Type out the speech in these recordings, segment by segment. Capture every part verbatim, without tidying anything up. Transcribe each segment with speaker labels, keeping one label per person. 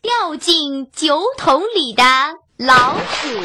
Speaker 1: 掉进酒桶里的老鼠。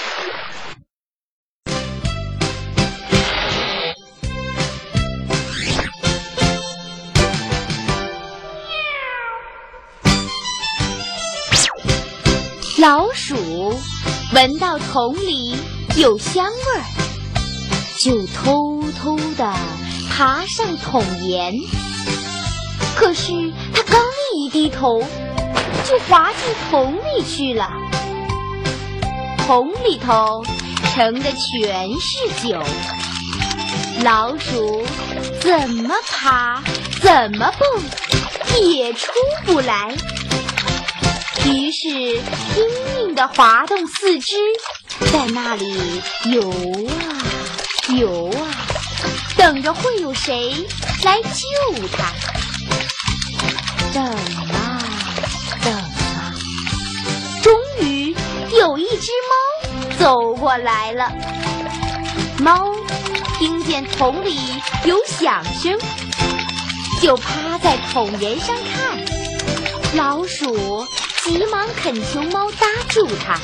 Speaker 1: 老鼠闻到桶里有香味儿，就偷偷地爬上桶沿。可是它刚一低头，就滑进桶里去了。桶里头盛的全是酒，老鼠怎么爬怎么蹦也出不来，于是拼命地滑动四肢，在那里游啊游啊，等着会有谁来救它。等啊等啊，终于有一只猫走过来了。猫听见桶里有响声，就趴在桶沿上看。老鼠急忙恳求猫搭住它。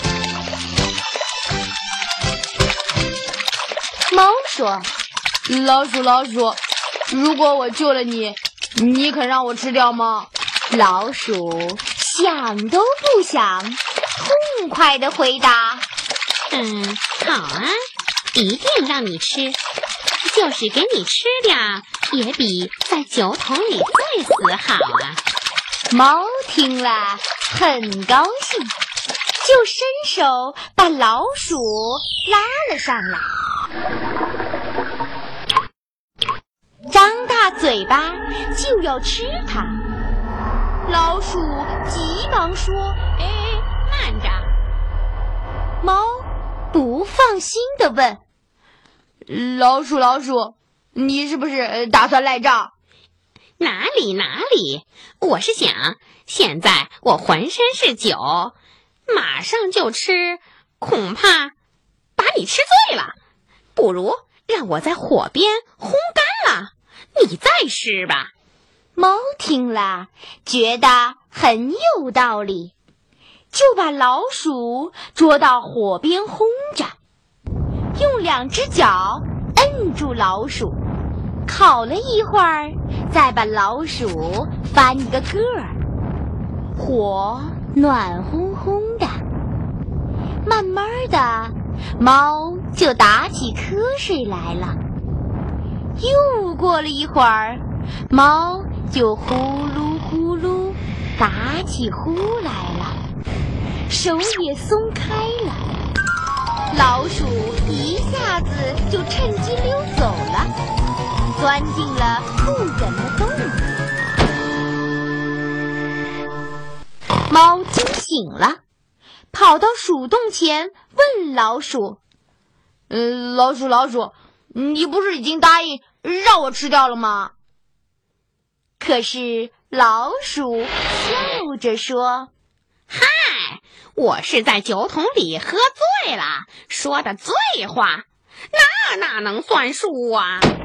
Speaker 1: 猫说：
Speaker 2: 老鼠老鼠，如果我救了你，你肯让我吃掉吗？
Speaker 1: 老鼠想都不想，痛快地回答：
Speaker 3: 嗯，好啊，一定让你吃，就是给你吃掉，也比在酒桶里醉死好啊。
Speaker 1: 猫听了很高兴，就伸手把老鼠拉了上来，张大嘴巴就要吃它。老鼠急忙说：
Speaker 3: 哎，慢着！
Speaker 1: 猫不放心地问：
Speaker 2: 老鼠老鼠，你是不是打算赖账？
Speaker 3: 哪里哪里，我是想现在我浑身是酒，马上就吃，恐怕把你吃醉了，不如让我在火边烘干了，你再吃吧。
Speaker 1: 猫听了觉得很有道理，就把老鼠捉到火边烘着，用两只脚摁住老鼠，烤了一会儿，再把老鼠翻一个个儿，火暖烘烘的。慢慢的，猫就打起瞌睡来了。又过了一会儿，猫就呼噜呼噜打起呼来了，手也松开了。老鼠一下子就趁机溜走了，钻进了不人的洞里。猫惊醒了，跑到鼠洞前问老鼠：
Speaker 2: 呃，老鼠老鼠，你不是已经答应让我吃掉了吗？
Speaker 1: 可是老鼠笑着说：
Speaker 3: 嗨，我是在酒桶里喝醉了，说的醉话，那哪能算数啊？